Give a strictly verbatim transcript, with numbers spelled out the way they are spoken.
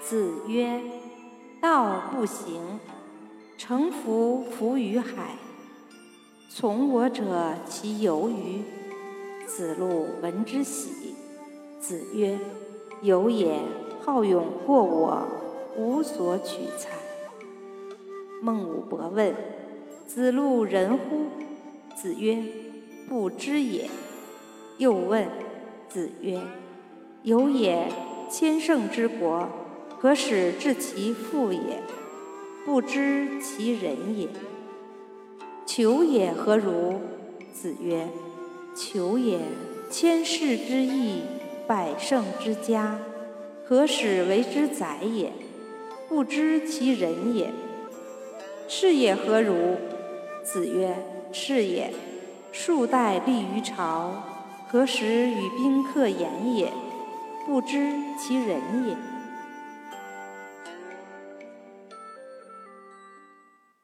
子曰：道不行，诚服浮于海。从我者其由于？子路闻之喜。子曰：有也，好勇过我，无所取材。孟武伯问：子路仁乎？子曰：不知也。又问：子曰：有也，千乘之国，何使治其父也？不知其人也。求也何如？子曰：求也，千世之义，百乘之家，何使为之宰也？不知其人也。是也何如？子曰：是也，数代立于朝，何时与宾客言也？不知其人也。